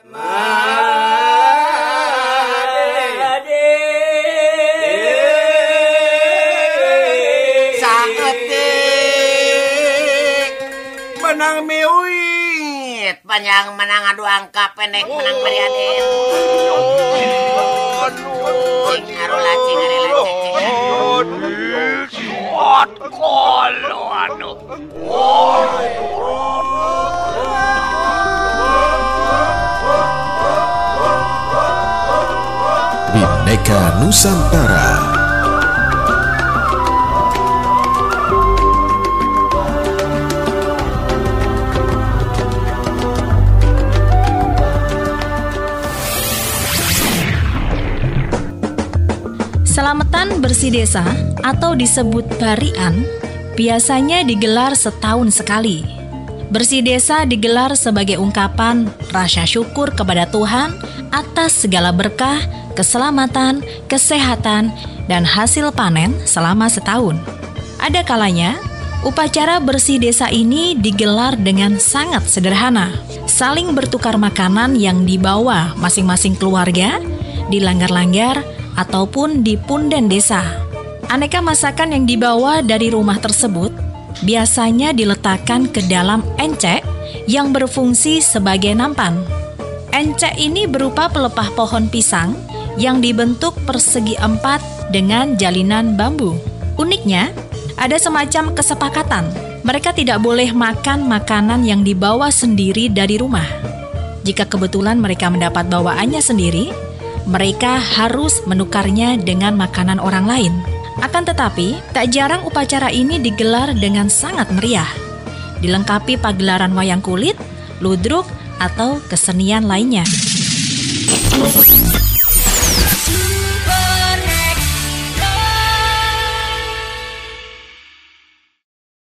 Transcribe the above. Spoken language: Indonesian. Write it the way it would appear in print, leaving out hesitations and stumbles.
Menang miwit, panjang menang adu angka pendek menang beriaden. Cing arula cing arela cing. Kuat kolo anu. Bhinneka Nusantara. Selamatan bersih desa atau disebut barian biasanya digelar setahun sekali. Bersih desa digelar sebagai ungkapan rasa syukur kepada Tuhan atas segala berkah, keselamatan, kesehatan, dan hasil panen selama setahun. Ada kalanya, upacara bersih desa ini digelar dengan sangat sederhana. Saling bertukar makanan yang dibawa masing-masing keluarga di langgar-langgar ataupun di punden desa. Aneka masakan yang dibawa dari rumah tersebut biasanya diletakkan ke dalam encek yang berfungsi sebagai nampan. Encek ini berupa pelepah pohon pisang yang dibentuk persegi empat dengan jalinan bambu. Uniknya, ada semacam kesepakatan. Mereka tidak boleh makan makanan yang dibawa sendiri dari rumah. Jika kebetulan mereka mendapat bawaannya sendiri, mereka harus menukarnya dengan makanan orang lain. Akan tetapi, tak jarang upacara ini digelar dengan sangat meriah, dilengkapi pagelaran wayang kulit, ludruk, atau kesenian lainnya.